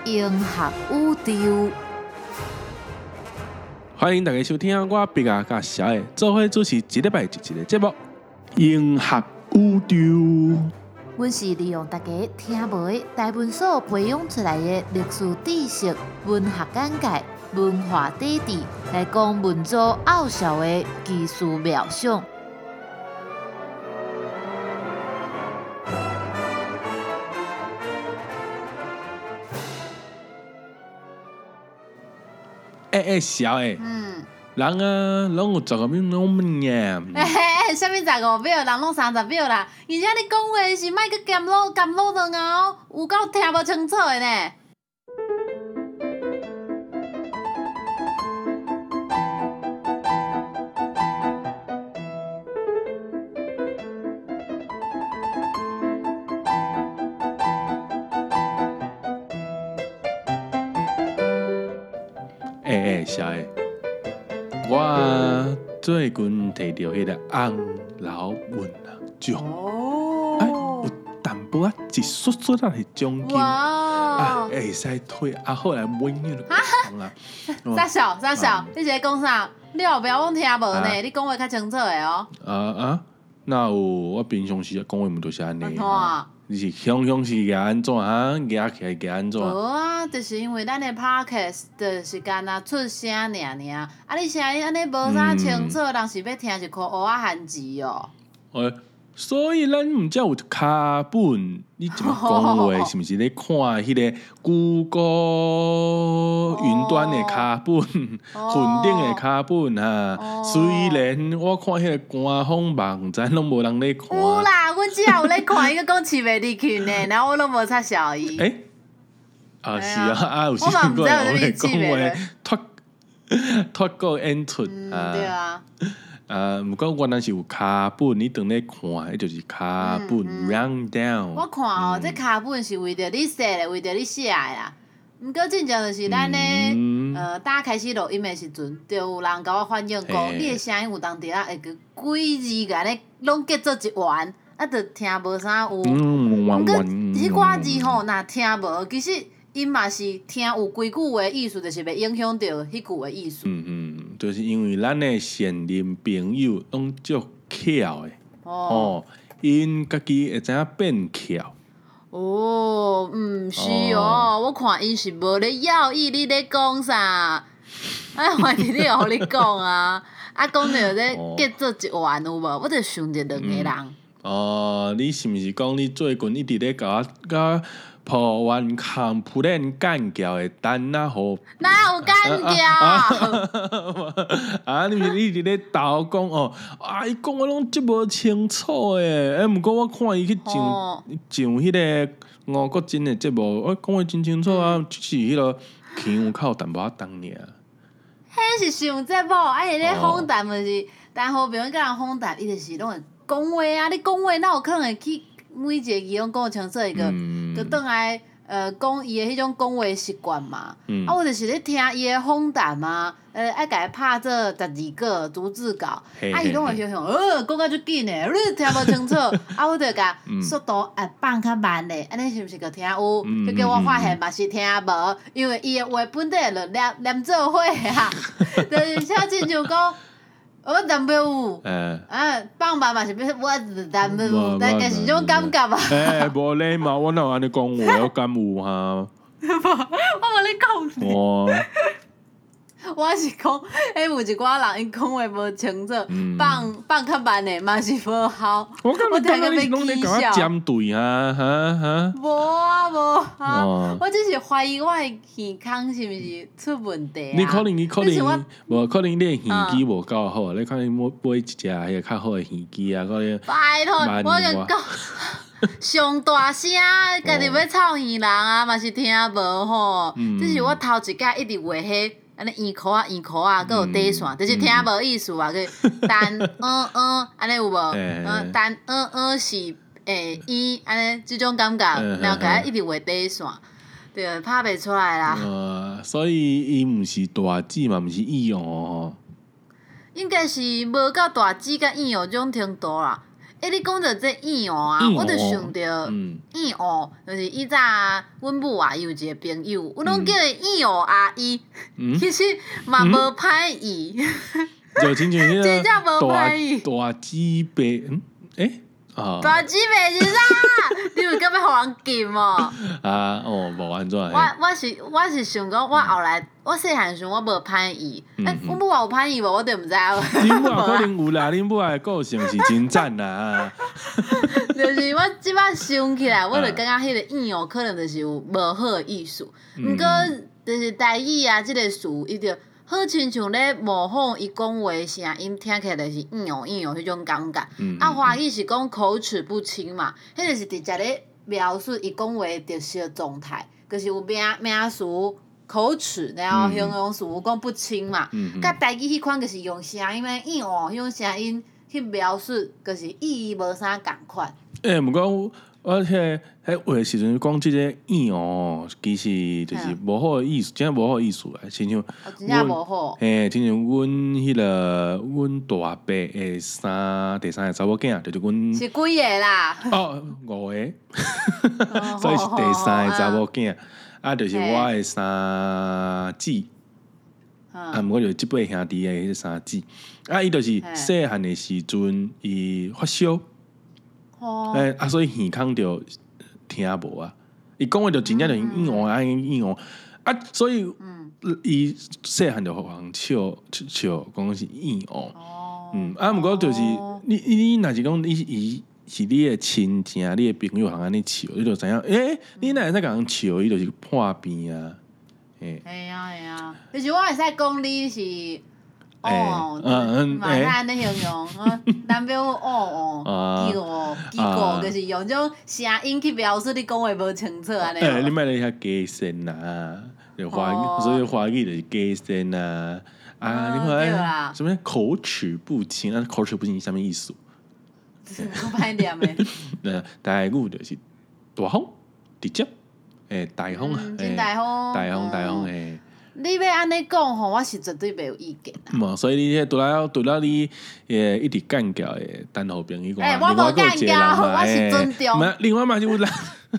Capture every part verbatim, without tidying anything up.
融合宇宙。 欢迎大家收听我毕亚甲小的做伙主持一礼拜一集的节目《融合宇宙》。 阮是利用大家听无的台文所培养出来的历史知识、文学简介、文化底底，来讲文组奥妙的技术妙想。 哎哎，小的， 嗯， 人啊，拢有十五秒拢物念。 嘿嘿，啥物十五秒，人拢三十秒啦。而且你讲话是莫去咸卤咸卤汤啊哦，有够听无清楚的呢。 哎哎，小的，我最近摕到迄个红楼文啊奖，哎，有淡薄啊一撮撮仔的奖金，啊，会使退啊，后来买迄个讲啊， 傻笑傻笑，你是在讲啥？你后壁我听无呢，你讲话较清楚的哦。 啊啊，那有我平常时讲话毋就是安尼？ 啊， 你是乡乡是夹安怎啊？夹起来夹安怎？ 无啊，就是因为咱的 podcast 就是干那出声尔尔，啊，你声音安尼无啥清楚，人是要听一颗蚵仔汉字哦。 诶，所以咱毋才有卡本，你怎么讲话是毋是咧看迄个谷歌云端的卡本、云顶的卡本啊？虽然我看迄个官方网站拢无人咧看。 有啦，阮只有咧看伊个讲饲袂入去呢，然后我拢无插小伊。 诶，啊是啊，啊有时我嘛毋知有我咧咧讲话饲袂咧。 脱脱过演出嗯， 啊。 对啊。 啊，毋过我若是有卡本，你当咧看，迄就是卡本 round down。 我看吼，这卡本是为着你说的，为着你写的啦。毋过真正就是咱咧，呃，打开始录音的时阵，就有人甲我反映讲，你的声音有当时啊会个几字甲咧拢结做一环，啊，就听无啥有。 嗯， 毋过迄寡字吼，若听无，其实因嘛是听有几句话的意思，就是袂影响到迄句的意思。 嗯嗯，就是因为咱的现任朋友拢足巧的，哦，因家己会知影变巧。 哦，毋是哦，我看伊是无咧要意你咧讲啥，啊，怀疑你互你讲啊，啊，讲着咧结做一环有无？我着想着两个人。 哦，你是毋是讲你最近一直咧甲我甲破完空普练干掉的单啊？好， 哪有干掉？ 啊，你你一直咧斗讲哦，啊，伊讲我拢足无清楚诶，哎，毋过我看伊去上上迄个吴国珍的节目，我讲话真清楚啊，只是迄个腔有较淡薄仔重尔。 迄是上节目，啊，伊咧访谈就是但好朋友甲人访谈，伊就是拢会讲话啊，你讲话哪有可能会去每一个字拢讲清楚一个？就倒来呃讲伊的迄种讲话习惯嘛，嗯、啊，我就是咧听伊的访谈嘛，呃，爱甲伊拍做十二个逐字稿，啊，伊拢会想想，呃，讲甲足紧诶，你听无清楚，啊，我着甲速度啊放较慢咧，安尼是毋是个听有？嗯、结果我发现嘛是听无，因为伊的话本地就连连做伙啊，就是像亲像讲。我男朋友，啊，放慢嘛是要我男朋友，但是是种感觉啊。 诶，无礼貌，我哪有安尼讲话？我敢有哈？ 我无咧讲。 哦。 我是讲，迄有一寡人伊讲话无清楚，放放较慢诶，嘛是无效。 我感觉刚刚你拢咧甲我针对啊，哈哈。 无啊无啊，我只是怀疑我诶耳孔是毋是出问题啊？ 你可能你可能无可能你诶耳机无够好，你可能买买一只迄个较好诶耳机啊，可能。 拜托，我甲讲。上大声，家己要吵耳人啊，嘛是听无吼。只是我头一摆一直画迄。安尼圆箍啊，圆箍啊，佮有底线，就是听无意思啊，佮单嗯嗯，安尼有无？嗯，单嗯嗯是诶伊安尼即种感觉，然后佮一直画底线，对，拍袂出来啦。 呃，所以伊毋是大字嘛，毋是意哦。 应该是无到大字甲硬哦种程度啦。 诶，你讲着这燕鸥啊，我就想着燕鸥，就是以前阮母啊，伊有一个朋友，我拢叫伊燕鸥阿姨，其实嘛无歹意， 就亲像迄真正无个歹意。 大大鸡白，嗯，诶啊， 大姊妹是啥？你有敢要互人禁哦？ 啊哦，无安怎？ 我我是我是想讲，我后来我细汉时我无歹意，诶，阮母也有歹意无？我就毋知影。 恁母可能有啦，恁母的个性是真赞啦。 就是我即摆想起来，我就感觉迄个燕鸥可能就是有无好的意思。毋过就是台语啊，即个词伊着好亲像咧模仿伊讲话声音，听起来就是燕鸥燕鸥迄种感觉。啊，华语是讲口齿不清嘛，迄就是直接咧描述伊讲话特色的状态，就是有名名词。口齿，然后形容词讲不清嘛，甲台语迄款就是用声音诶燕鸥迄种声音去描述，就是意义无啥共款。 诶，毋过我迄迄话时阵讲即个燕鸥，其实就是无好意思，真正无好意思啊，亲像真正无好。 嘿，亲像阮迄个阮大伯诶三第三个查某囝，就是阮是几个啦？ 哦，五个，所以是第三个查某囝。啊，就是我诶三姊，啊，毋过就是即八兄弟诶迄三姊，啊，伊就是细汉诶时阵，伊发烧，诶，啊，所以耳孔就听无啊，伊讲话就真正就燕鸥啊，燕鸥，啊，所以伊细汉就互人笑笑，讲是燕鸥，嗯，啊，毋过就是你你若是讲你伊。是你的亲情，你的朋友通安尼笑，你就知影，诶、欸，你哪会使甲人笑？伊就是破病啊， 诶。系啊系啊，就是我会使讲你是哦，嘛会安尼形容，男朋友哦哦，记哦记过，就是用种声音去描述你讲话无清楚安尼。 诶，你莫咧遐假声啦，就华语，所以华语就是假声啊，啊，你看什么口齿不清啊？口齿不清是啥物意思？ 好歹念诶。 呃，台语就是大方、直接，诶，大方啊， 真大方， 大方大方诶。 你要安尼讲吼，我是绝对袂有意见啦。 嘛，所以你迄除了除了你诶一直干掉诶单好朋友， 诶，我无干掉，我是尊重。 另外嘛就有人。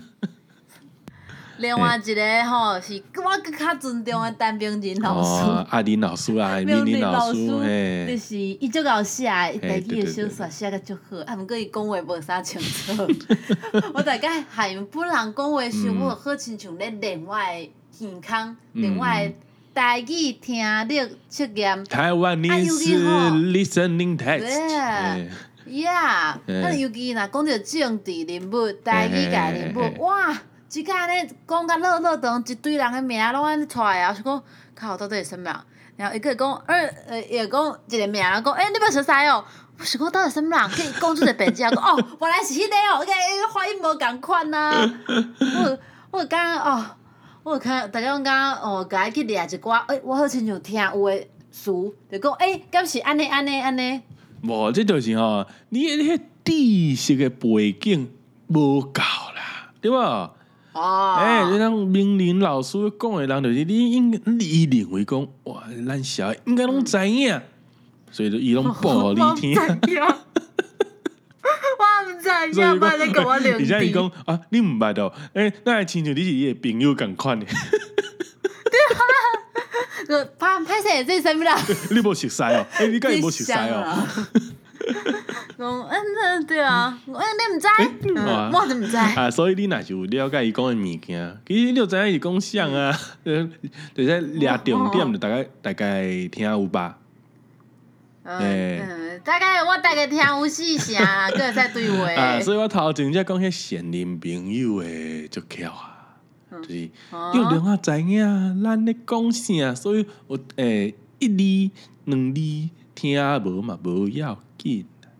另外一个吼是我更较尊重的陈冰仁老师， 啊林老师啊，冰仁老师， 嘿，就是伊足够写，伊台语的小说写甲足好，啊，毋过伊讲话无啥清楚。我大概害本人讲话时，我好亲像咧练我的耳孔，练我的台语听力测验。 台湾你是 listening test。 Yeah，啊，尤其若讲到政治人物、台语界人物，哇！即个安尼讲甲落落长，一堆人的名拢安尼出来啊！我想讲，靠，到底是啥物？然后伊个讲，呃呃，伊会讲一个名，然后讲，诶、欸，你要熟悉哦。我想讲，到底什么人？可以讲出一个名字，讲哦，原来是迄个哦，伊个发音无共款呐。我我刚哦，我看大家讲哦，甲伊去掠一寡，诶、欸，我好亲像听有诶词，就讲，诶、欸，敢是安尼安尼安尼。 无，这就是吼，你迄知识的背景无够啦，对无？哦，哎、欸，你当明林老师讲的人，就是你应你认为讲，哇，咱小孩应该拢知影，所以就伊拢报你听。我唔知影，莫咧甲我聊。 而且伊讲啊，你唔捌哦，诶、欸，那亲像你是伊的朋友共款的。 对啊，就拍拍摄这什么啦？ 你无熟悉哦，诶、欸，你敢会无熟悉哦？ 讲嗯对啊，我你毋知，嗯，我真毋知。 啊，所以你若是有了解伊讲的物件，其实你就知影伊讲啥啊，就是掠重点，就大概大概听有吧。 嗯，大概我大概听有四声啦，佫会使对话。 啊，所以我头前才讲迄现任朋友诶，足巧啊，就是要让我知影咱咧讲啥，所以我诶一字两字听无嘛无要紧。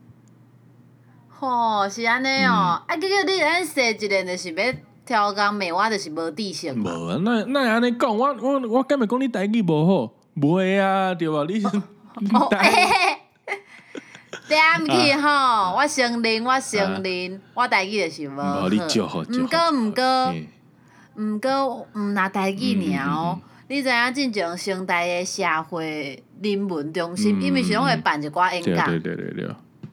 吼，是安尼哦，啊，结果你安说一个，就是要挑工骂我，就是无知识嘛。 无啊，那那安尼讲，我我我敢会讲你台语无好？袂啊，对吧？你台，对唔起吼，我承认，我承认，我台语就是无好。 你足好， 毋过毋过毋过，毋拿台语尔哦。你知影进前成大的社会人文中心，因为是拢会办一寡演讲。 对对对对对。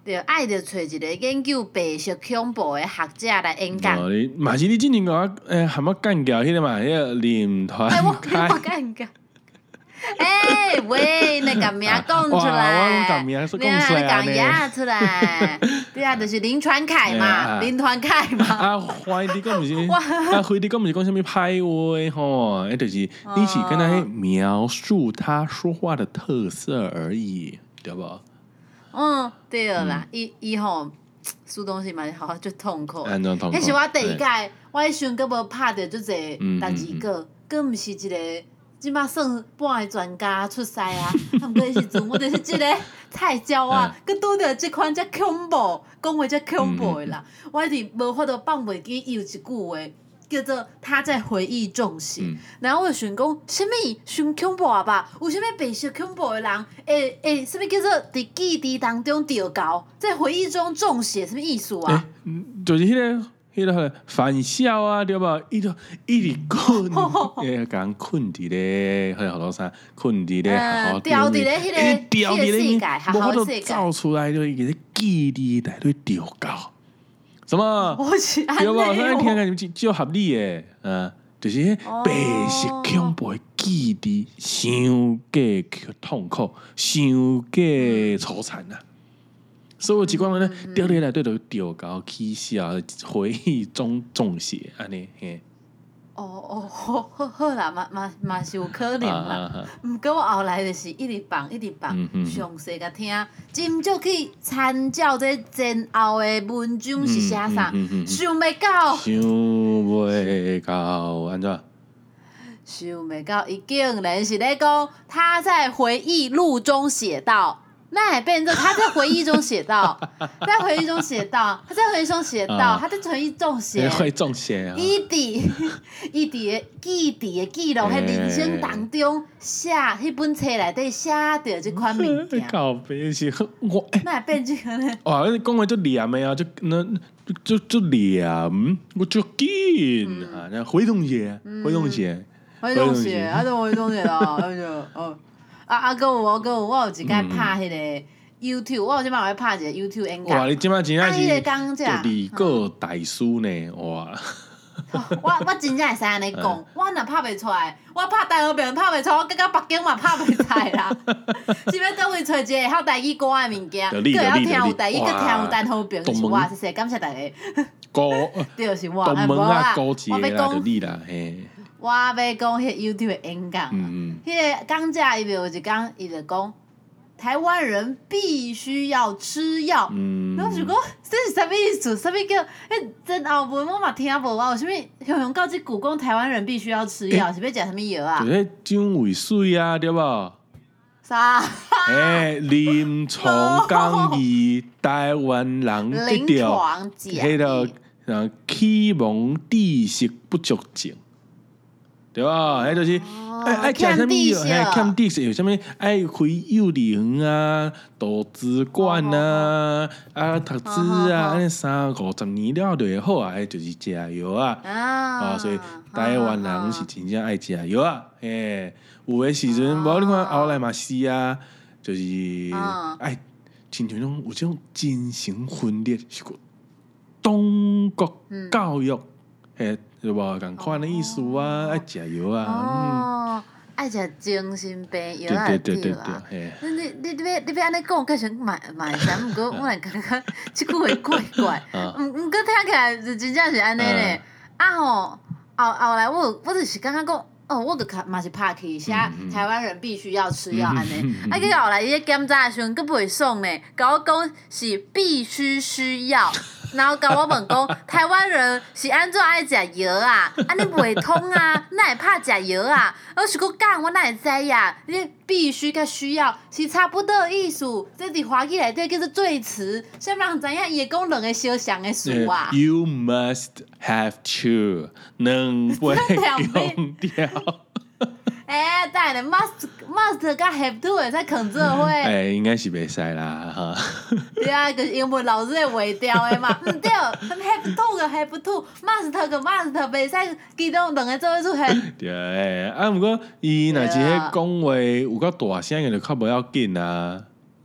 对，爱着找一个研究白色恐怖的学者来演讲。 哦，你嘛是你之前甲我诶含我干掉迄个嘛，迄个林团哎，我我干掉。哎、欸，喂，你把名讲出来， 我名说讲出来讲名出来，对啊，就是林传凯嘛，林传凯嘛。 啊，怀疑讲毋是，啊，怀疑讲毋是讲啥物歹话吼，迄就是你是跟他描述他说话的特色而已，对无？ 嗯，对啦，伊伊吼，输东西嘛，好就痛苦。 安怎痛苦？ 迄是我第一届，我迄时阵佫无拍着足侪单字稿，佫毋是一个。即摆算半个专家出师啊！啊，毋过迄时阵我就是即个菜鸟啊，佮拄着即款遮恐怖，讲话遮恐怖的啦，嗯、我一直无法度放袂记伊有一句话叫做“他在回忆中写”，嗯、然后我就想讲，啥物伤恐怖啊吧？有啥物白色恐怖的人会会啥物叫做伫记忆当中丢高，在回忆中中写，什么意思啊？ 欸、就是迄、那个。迄个返校啊，对吧？伊就一直困，诶，讲困伫咧，迄个好多啥，困伫咧，好好掉伫咧，迄个掉伫咧， 好好世界， 造出来就一个记忆内底丢高，什么？对吧？咱听起来就合理诶，嗯，就是迄白色恐怖诶记忆，伤过痛苦，伤过凄惨啊！所有一寡人咧，掉咧内底就掉高起笑，回忆中中邪安尼嘿。 哦哦，好好好啦，嘛嘛嘛是有可能啦。毋过我后来就是一直放一直放，详细甲听，斟酌去参照这前后的文章是写啥，想袂到。 想袂到，安怎？ 想袂到，伊竟然是咧讲他在回忆录中写道。那也变成他在回忆中写到，在回忆中写到，他在回忆中写到，他在回忆中写， 会中写啊！ 伊伫伊伫个记伫个记录，喺人生当中写迄本册内底写着即款物件。 靠背是我， 那也变即个咧。 哇！你讲话足黏的啊，足那足足黏，我足紧啊！那回中写，回中写， 回中写，啊，就回中写啦，哎就哦。啊啊！搁有我，搁有我有一届拍迄个 YouTube， 我有即摆有拍一个 YouTube 演讲。 哇！你即摆真正是就理个大师呢，哇！ 我我真正会使安尼讲，我若拍袂出来，我拍台语片拍袂出来，我感觉北京嘛拍袂出来啦。是要倒位找一个晓台语歌的物件，搁会晓听有台语，搁听有单好片，就是我，谢谢感谢大家。 歌对，是我， 东门啊，高节啦，就你啦，嘿。 我要讲迄 YouTube 的演讲，迄个讲者伊有一讲，伊就讲台湾人必须要吃药。嗯、然后就讲这是啥物意思？啥物叫？迄真后文我嘛听无，我有啥物用用到即句讲台湾人必须要吃药，欸、是要食啥物药啊？ 就是蒋渭水啊，对无？ 啥？ 诶，临床讲义，台湾人得着迄个呃启蒙知识不足症。对吧？迄就是爱爱食啥物药，嘿，欠知识有啥物爱开幼儿园啊、图书馆啊、啊读书啊，安尼三五十年了就会好啊，迄就是食药啊。啊，所以台湾人是真正爱食药啊。嘿，有诶时阵，无你看后来嘛是啊，就是爱亲像种有种精神分裂，是个中国教育嘿。对无共款的意思啊，爱食药啊。 哦，爱食精神病药啊，对啦。你你你你要你要安尼讲，确实嘛嘛会使，毋过我来感觉即句话怪怪。毋毋过听起来就真正是安尼咧。啊吼，后后来我我就是感觉讲，哦，我个嘛是拍去写台湾人必须要吃药安尼。啊，结果后来伊咧检查的时阵，佫袂爽咧，甲我讲是必须需要。然后甲我问讲，台湾人是安怎爱食药啊？安尼袂通啊，哪会拍食药啊？我想讲干，我哪会知呀？你必须甲需要是差不多的意思，这伫华语内底叫做最词，啥物人知影伊会讲两个相像的词啊 ？You must have to， 两杯用掉。 哎、欸，等下 must must 甲 have to 会使扛做伙。哎、 欸，应该是袂使啦，哈。 对啊，就是英文老师会画掉的嘛。毋对 ，have to 个 have to，must 个 must 袂使其中两个做伙出现。 对诶，啊，毋过伊若是迄讲话有够大声个，就较无要紧啊。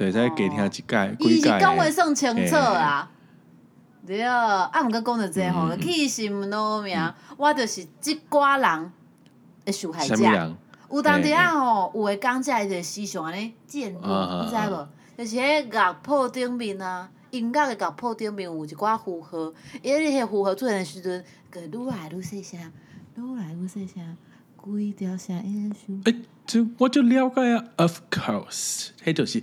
对，再加听一届， 伊是几届。 讲话算清楚啊。对啊，啊，毋过讲到这吼， 嗯去心路名，我就是即寡人的受害者。 什么人？ 有当时啊吼，有诶讲者伊就时常安尼贱恶， 啊你知无？就是迄乐谱顶面啊，音乐诶乐谱顶面有一寡符号，伊迄个符号出现诶时阵，个愈来愈细声，愈来愈细声，规条声音收。 诶，这我就了解啊 ，Of course，迄就是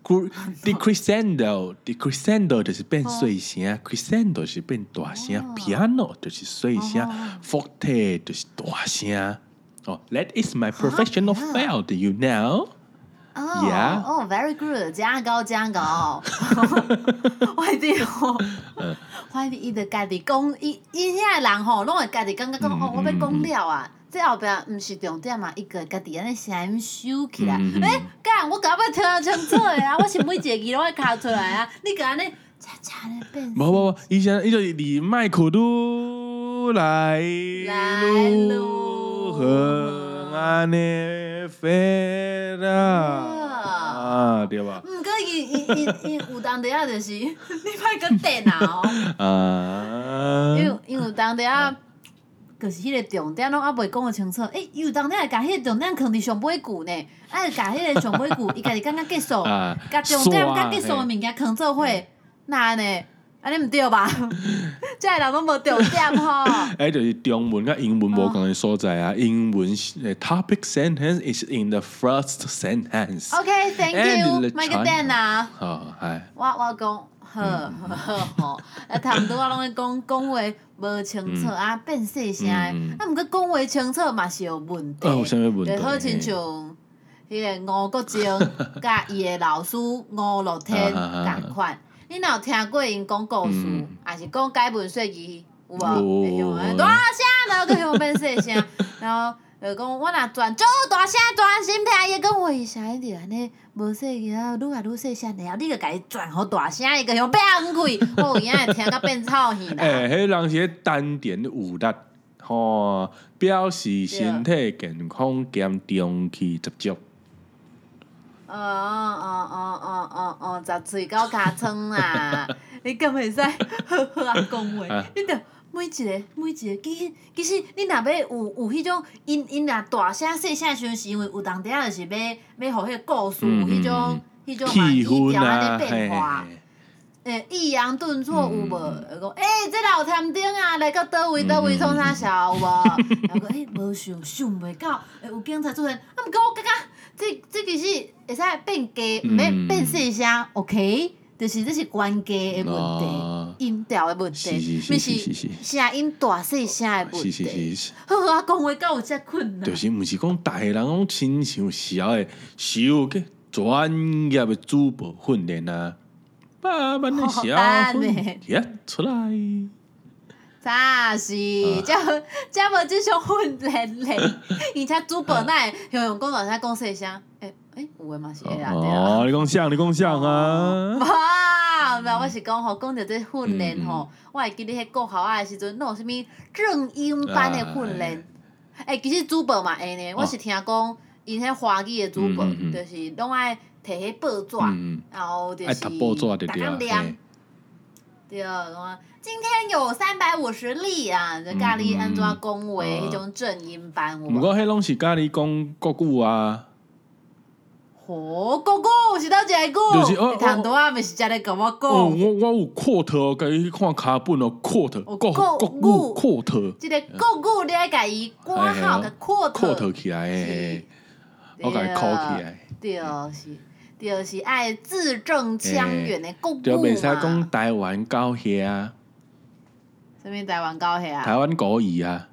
。decrescendo，decrescendo 就是变碎声 ，crescendo 是变大声 ，piano 就是碎声 ，forte 就是大声。哦 ，That is my professional field, you know? 哦 Yeah. 哦 ，very good，真高真高。我一定吼，我一定伊着家己讲，伊伊遐人吼，拢会家己感觉讲，哦，我要讲了啊。这后壁毋是重点嘛，伊个家己安尼声音收起来。诶，干，我甲要听得清楚诶啊！我是每一个字拢会敲出来啊！你甲安尼恰恰咧变。 无无无，以前伊就是离麦克愈来愈远安尼飞啦，啊对吧？ 毋过伊伊伊伊有当时啊，就是你莫搁电啊哦。 啊。 因为因为有当时啊。就是迄个重点拢还袂讲得清楚，诶、欸，伊有当时会甲迄个重点放伫上尾句呢，啊，甲迄个上尾句，伊家己感觉结束，甲重点甲结束的物件放做伙，那安尼，安尼毋对吧？这个人拢无重点吼。 诶，就是中文甲英文无共的所在啊，英文诶 topic sentence is in the first sentence。 OK，thank you，莫个等啊。 好，系。 我我讲。好，好吼，啊，差毋多我拢会讲讲话无清楚啊，变细声诶。啊，毋过讲话清楚嘛是有问题。 哦，有啥物问题？ 就好亲像迄个吴国正甲伊诶老师吴乐天共款。你若有听过因讲故事，还是讲解文说字，有无？会晓大声，然后佮向变细声，然后就讲我若转足大声专心听伊讲话，伊声一直安尼。无细个啊，愈来愈细声，然后你著甲伊转好大声，伊个向变开，哦，伊安会听甲变臭耳啦。 诶，迄人是丹田有力，吼，表示身体健康兼中气十足。 哦哦哦哦哦哦，十喙到尻川啦，你敢会使好好啊讲话？你著每一个每一个，其实其实你若要有有迄种，因因若大声细声的时阵，是因为有当时啊，就是要要互迄个故事有迄种迄种嘛语调安尼变化。诶，抑扬顿挫有无？讲诶，这老添丁啊，来到倒位倒位创啥笑有无？然后讲诶，无想想袂到，诶，有警察出现，啊，毋过我感觉这这其实会使变低，毋免变细声 ，OK。就是这是关节的问题，音调的问题，咪是声音大细声的问题。好啊，讲话敢有遮困难？ 就是毋是讲大个人拢亲像小的受过专业的主播训练啊，慢慢的小训练出来。 啥是？遮遮无即种训练咧，而且主播哪会向用讲大声讲细声？诶。诶，有诶嘛是会啊，对啊。 哦，你讲啥？你讲啥啊？ 哇，没有，我是讲吼，讲到这训练吼，我会记得迄国校啊的时阵，拢有啥物正音班的训练。诶，其实主播嘛会呢，我是听讲因迄华语的主播，就是拢爱摕迄报纸，然后就是逐工念。对，讲今天有三百五十例啊，就教你安怎讲话，迄种正音班。 毋过迄拢是教你讲国语啊。 哦，国语是倒一个句，就是哦，听多啊，咪是才咧甲我讲。 哦，我我有 quote 哦，甲伊去看卡本哦 quote，国国语 quote。 即个国语你爱甲伊挂号，甲 quote。 quote 起来诶，我甲伊 call 起来。 对是，对是爱字正腔圆的国语嘛。 就袂使讲台湾狗血啊。 啥物台湾狗血啊？ 台湾国语啊。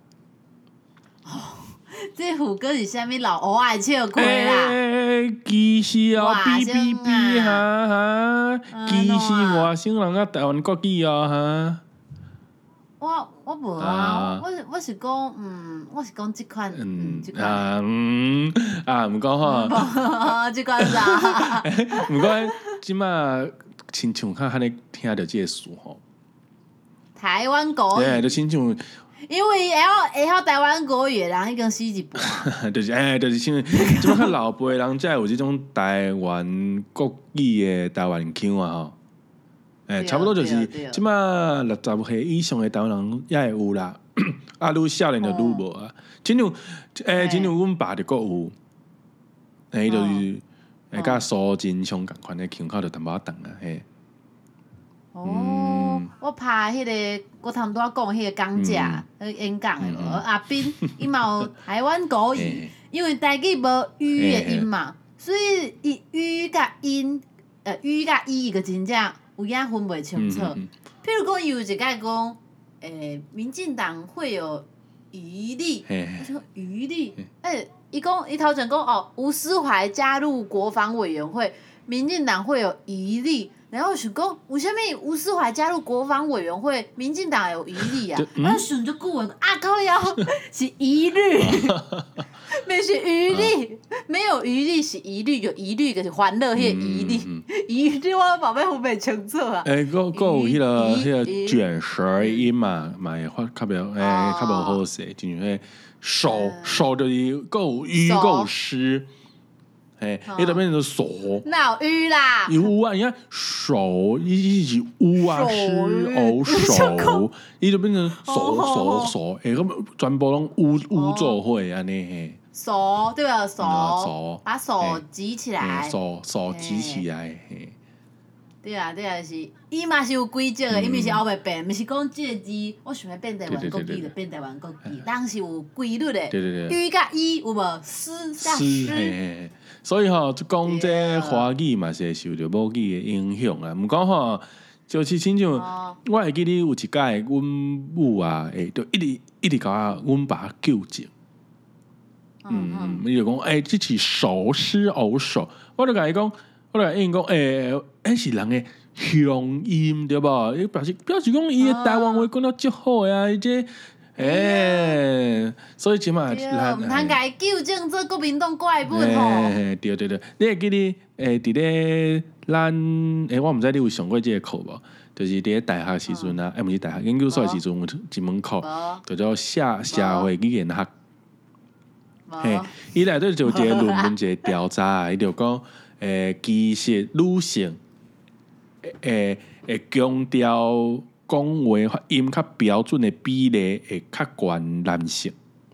这副歌是啥物老蚵仔笑歌啦？ 其实哦，哔哔哔哈哈，其实外省人啊，台湾国语哦哈。 我我无啊，我我是讲，嗯，我是讲即款，嗯，即款。 啊嗯啊，毋讲吼。 即款啥？ 毋过即马亲像较安尼听着即个词吼。 台湾国语。 对，就亲像。 因为会晓会晓台湾国语的人已经死一半。 就是哎，就是像即摆较老辈人才有即种台湾国语的台湾腔啊吼。哎，差不多就是即摆六十岁以上的台湾人也会有啦，啊，愈少年就愈无啊。亲像诶，亲像阮爸就佫有，诶，就是诶，甲苏金昌共款的腔口就淡薄仔重啊，嘿。 哦，我拍迄个，我头拄仔讲迄个讲者，迄演讲的无阿斌，伊嘛有台湾国语，因为台语无语的音嘛，所以伊语甲音，呃，语甲伊个真正有影分袂清楚。譬如讲，伊有一届讲，诶，民进党会有余力，我说余力，诶，伊讲伊头前讲哦，吴思怀加入国防委员会，民进党会有余力。然后想讲，为什么吴思怀加入国防委员会，民进党有疑虑啊？然后想就顾问啊，靠腰是疑虑，没是疑虑，没有疑虑是疑虑，有疑虑就是欢乐迄个疑虑，疑虑我宝贝分袂清楚啊。 诶，佫佫有迄个迄个卷舌音嘛，嘛会发较袂诶较无好势，就像迄手手就是佫有语佫有诗。嘿，伊就变成手， 哪有语啦？ 有啊，你看手，伊是有啊，诗偶手，伊就变成手手手，诶，咁全部拢有有做伙安尼嘿。 手对吧？手，把手举起来， 手手举起来嘿。 对啊，对啊，是，伊嘛是有规则的，伊咪是后袂变，毋是讲即个字，我想要变台湾国语就变台湾国语，当是有规律的。 对对对。 语甲伊有无？诗甲诗。 所以吼，讲这华语嘛是会受着母语的影响啊。毋过吼，就是亲像我会记得有一届，阮母啊，诶，就一直一直甲阮爸纠正。嗯，伊就讲，诶，这是手诗偶手，我就甲伊讲。我来应讲，诶、欸，迄是人诶乡音对无？伊表示表示讲，伊诶台湾话讲得足好诶啊！伊这，诶、欸，所以即码咱毋通甲伊纠正做国民党怪本吼。 诶，对对对，你会记得诶？伫咧咱诶，我毋知你有上过即个课无？就是伫咧大学时阵啊，诶、嗯，毋、欸、是大学研究所诶时阵，有一门课叫做社社会语言学。嘿，伊内底就一个论文，一个调查，伊就讲。诶，其实女性诶会强调讲话发音较标准的比例会较悬男性。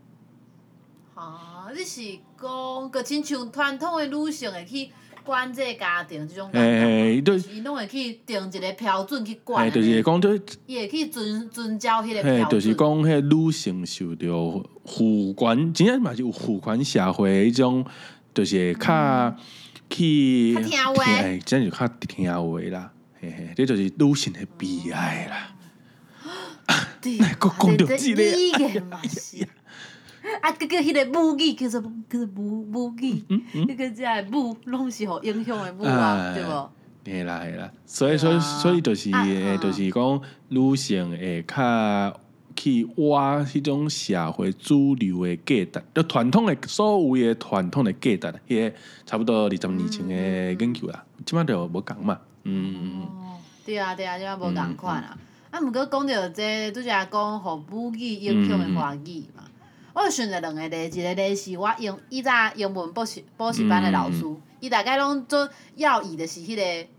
啊，你是讲个亲像传统的女性会去管这个家庭这种感觉，就是伊拢会去定一个标准去管。 就是讲， 伊会去遵遵照迄个标准。 就是讲，迄女性受到父权，真正嘛是有父权社会迄种，就是较。去， 听话， 真就较听话啦，嘿嘿，这就是女性的悲哀啦。 对， 佫讲到这个嘛是，啊，佮佮迄个母语叫做叫做母母语，迄个只母拢是互影响的母啊，对无？ 嘿啦嘿啦，所以所以所以就是诶，就是讲女性会较。去挖迄种社会主流的价值，就传统的所有的传统的价值，迄个差不多二十年前的研究啦，即摆就无共嘛。嗯， 哦，对啊对啊，即摆无共款啦。啊，毋过讲到这，拄则讲互母语影响的华语嘛，我就想着两个例，一个例是我英以早英文补习补习班的老师，伊大概拢做要义的是迄个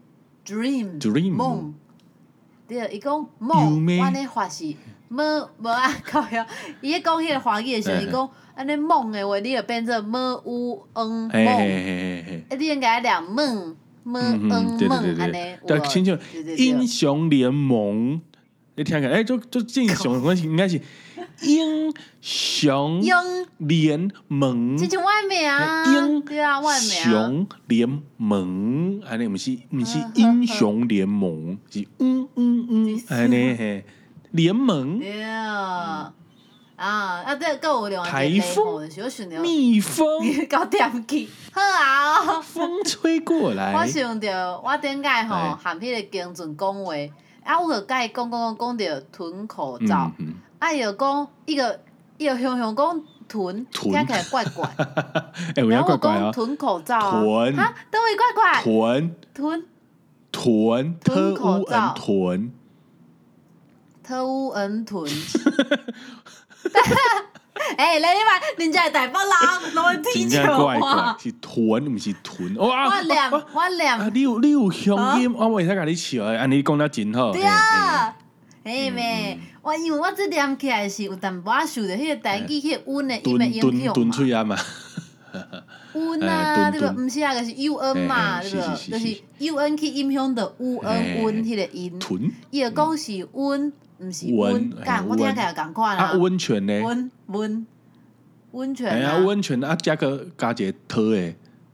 dream 梦，对，伊讲梦，我咧发是。么无啊，靠呀！伊咧讲迄个华语的时候，伊讲安尼梦的话，你就变做么乌嗯梦，啊，你应该念梦么嗯梦安尼。 对，亲像英雄联盟，你听起来，哎，就就英雄关系应该是英雄联盟， 这像外面啊，对啊，外面啊。 雄联盟，安尼毋是毋是英雄联盟，是嗯嗯嗯安尼嘿。联盟， 对啊，啊啊！对，佮有另外一个台风， 蜜蜂， 搞点去，好啊！ 风吹过来， 我想着我顶届吼含迄个经准讲话，啊，我就甲伊讲讲讲讲着囤口罩，啊，伊就讲伊个伊就雄雄讲囤，听起来怪怪， 哎，有影怪怪啊！ 囤口罩啊， 囤， 哈，都会怪怪， 囤囤囤， 囤口罩， 囤。 特乌恩屯， 哎，来你嘛，人家台北人拢会踢球啊， 是豚，毋是豚。哇！ 我念，我念。 啊，你有你有乡音，我袂使甲你笑诶，安尼讲得真好。 对啊，嘿咩，我因为我这念起来是有淡薄仔受着迄个台语迄个韵诶音诶影响嘛。 蹲喙啊嘛。 韵啊，对不？毋是啊，就是 U N 嘛，对不？就是 U N 去影响着 U N 韵迄个音。 豚。 伊就讲是韵。毋是温，干我听起来共款啊。啊，温泉呢？ 温温温泉。 哎呀，温泉啊，加个加一个套诶。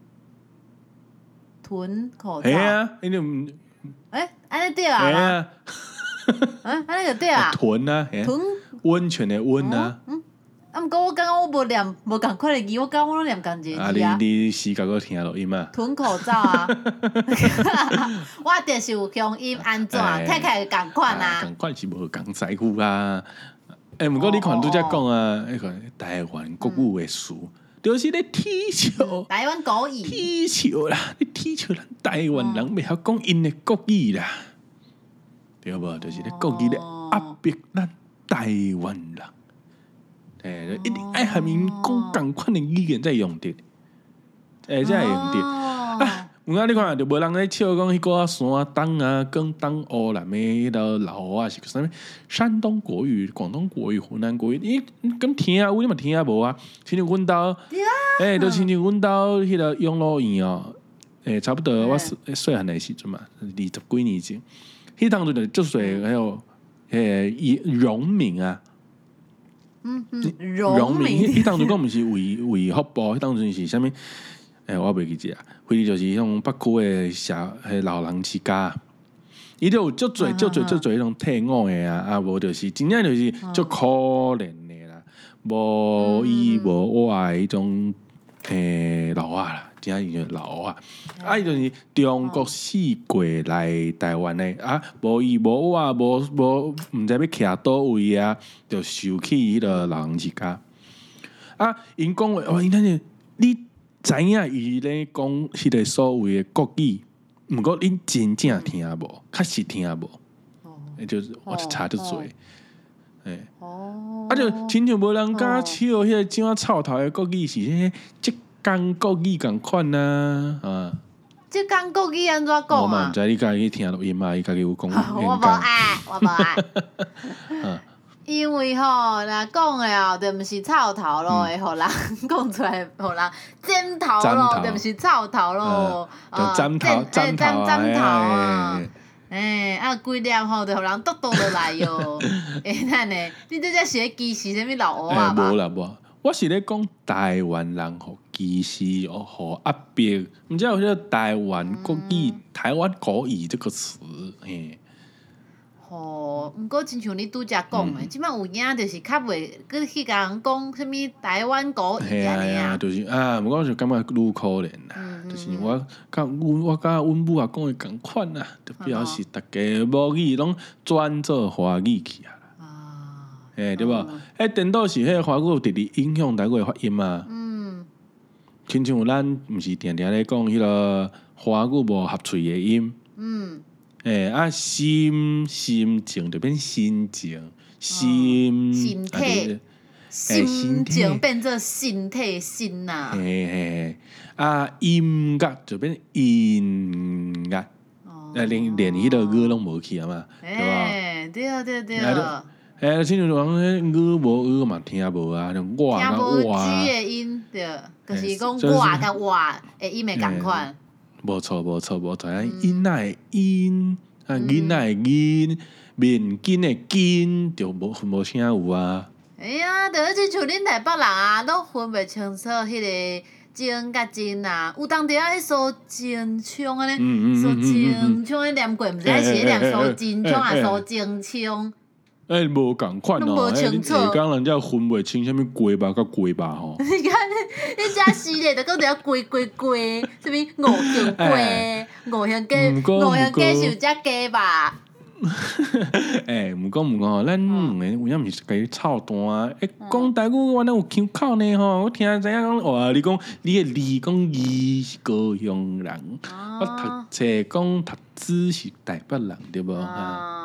臀口罩。 哎呀，因为毋。 哎，安尼对啊。 哎呀。 嗯，安尼就对啊。 臀啊， 臀。 温泉的温啊。 嗯。啊，毋过我感觉我无念无共款的字，我感觉我拢念共一个字啊。 啊，你你是甲我听录音啊？ 臀口罩啊。我就是有乡音安怎，听起来共款啊。 共款是无共在乎啊。诶，毋过你看拄则讲啊，迄个台湾国语的词，就是咧踢球。 台湾国语。 踢球啦，你踢球咱台湾人袂晓讲因的国语啦，对无？就是咧国语咧压迫咱台湾人。诶，一定爱含因讲共款的语言才用得，诶，才会用得。啊，有影你看，就无人咧笑讲迄个山东啊、广东、湖南的迄个老话是啥物？山东国语、广东国语、湖南国语，你咁听啊？有你嘛听啊无啊？亲像阮兜，诶，就亲像阮兜迄个养老院哦，诶，差不多我细汉的时阵嘛，二十几年前，迄当阵就足侪还有诶荣民啊。 嗯嗯，农民， 迄当阵讲毋是为为福部，迄当阵是啥物？诶，我袂记只啊。反正就是迄种北区诶社迄老人之家，伊就有足侪足侪足侪迄种退伍诶啊，啊无就是真正就是足可怜诶啦，无依无我诶迄种诶老啊啦，真正就是老啊。啊，伊就是中国四过来台湾诶，啊，无依无我，无无毋知要徛倒位啊，就受去迄个老人之家。啊，因讲话，哦，因那是你知影伊咧讲迄个所谓诶国语，毋过恁真正听无，确实听无，诶，就是我就差得多，诶，啊，就亲像无人敢笑迄个怎啊臭头诶国语是迄即讲国语共款啊，啊。 即讲国语安怎讲啊？ 我嘛毋知你家己去听录音啊，伊家己有讲。 我无爱，我无爱。因为吼，若讲诶哦，就毋是臭头咯，会互人讲出来，互人尖头咯，就毋是臭头咯。 就尖头，尖头啊！诶，啊，规粒吼，就互人剁剁落来哟。会咱诶，你这才是咧歧视啥物老蚵啊吧？ 无啦无。我是咧讲台湾人互歧视哦，互压迫，毋知有迄个台湾国语、台湾国语这个词，嘿。 吼，毋过亲像你拄则讲诶，即摆有影就是较袂去去甲人讲啥物台湾国语安尼啊。 就是啊，毋过就感觉愈可怜啦，就是我甲阮我甲阮母啊讲诶共款啊，就表示逐家母语拢转做华语去啊。诶，对无？迄颠倒是迄个华语直直影响台语诶发音嘛。嗯。亲像咱毋是定定咧讲迄个华语无合喙诶音。嗯。诶，啊，心心情就变心情，心。 心体。心情变做身体心呐。 嘿嘿，啊，音乐就变音乐。哦。啊，连连迄个歌拢无去啊嘛，对无？对啊对对。 诶，亲像讲迄语无语嘛听无啊，像我甲我。 听无 G 的音对，就是讲我甲我的音会共款。 无错无错无错，囡仔的音，啊囡仔的音，面筋的筋，就无无啥有啊。 哎呀，就是亲像恁台北人啊，都分袂清楚迄个精甲精啊，有当地啊，迄苏精枪安尼，苏精枪迄念过，毋知是念苏精枪啊，苏精枪。 诶，无共款哦，迄下讲人家分袂清啥物鸡肉甲鸡肉吼。 你看，你遮死咧，就讲着鸡鸡鸡，啥物五香鸡、五香鸡、五香鸡是有遮鸡吧？ 诶，毋讲毋讲吼，咱两个有影毋是家己操蛋啊！诶，讲台语我哪有腔口呢吼？我听知影讲，哇！你讲你诶字讲伊是高雄人，我读册讲读字是台北人对无？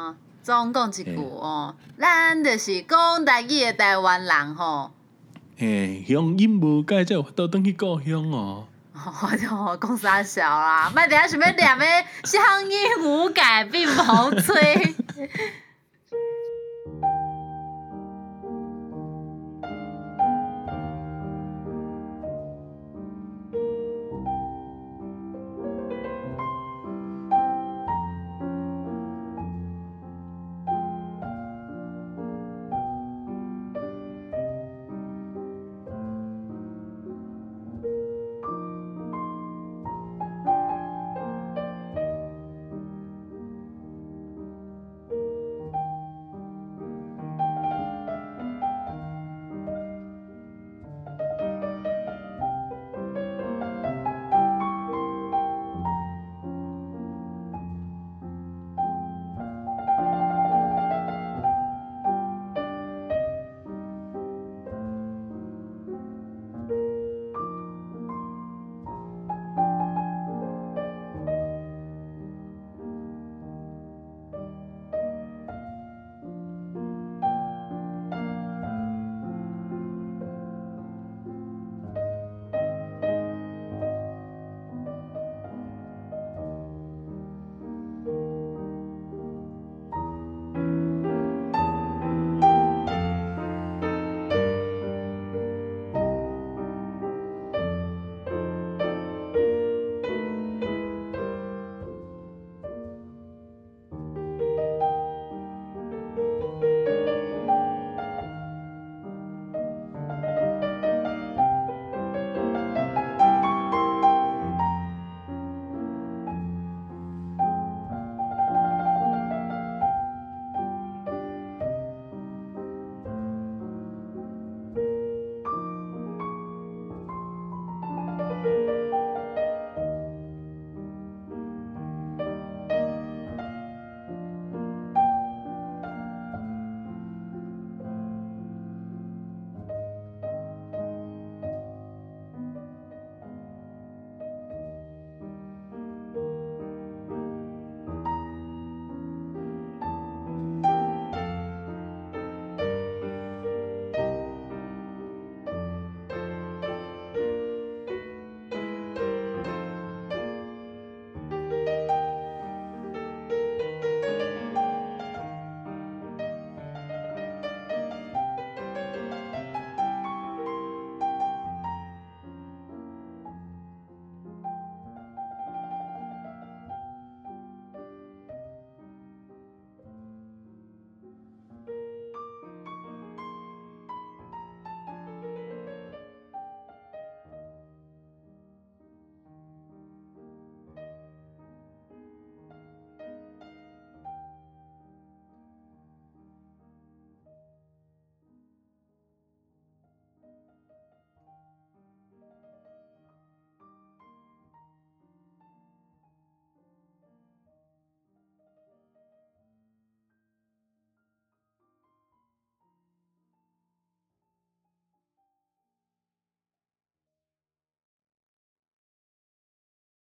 总讲一句哦，咱就是讲台语的台湾人吼。 嘿，乡音无改，才有法度转去故乡哦。 我就讲啥小啦，莫等下想要念的乡音无改鬓毛衰。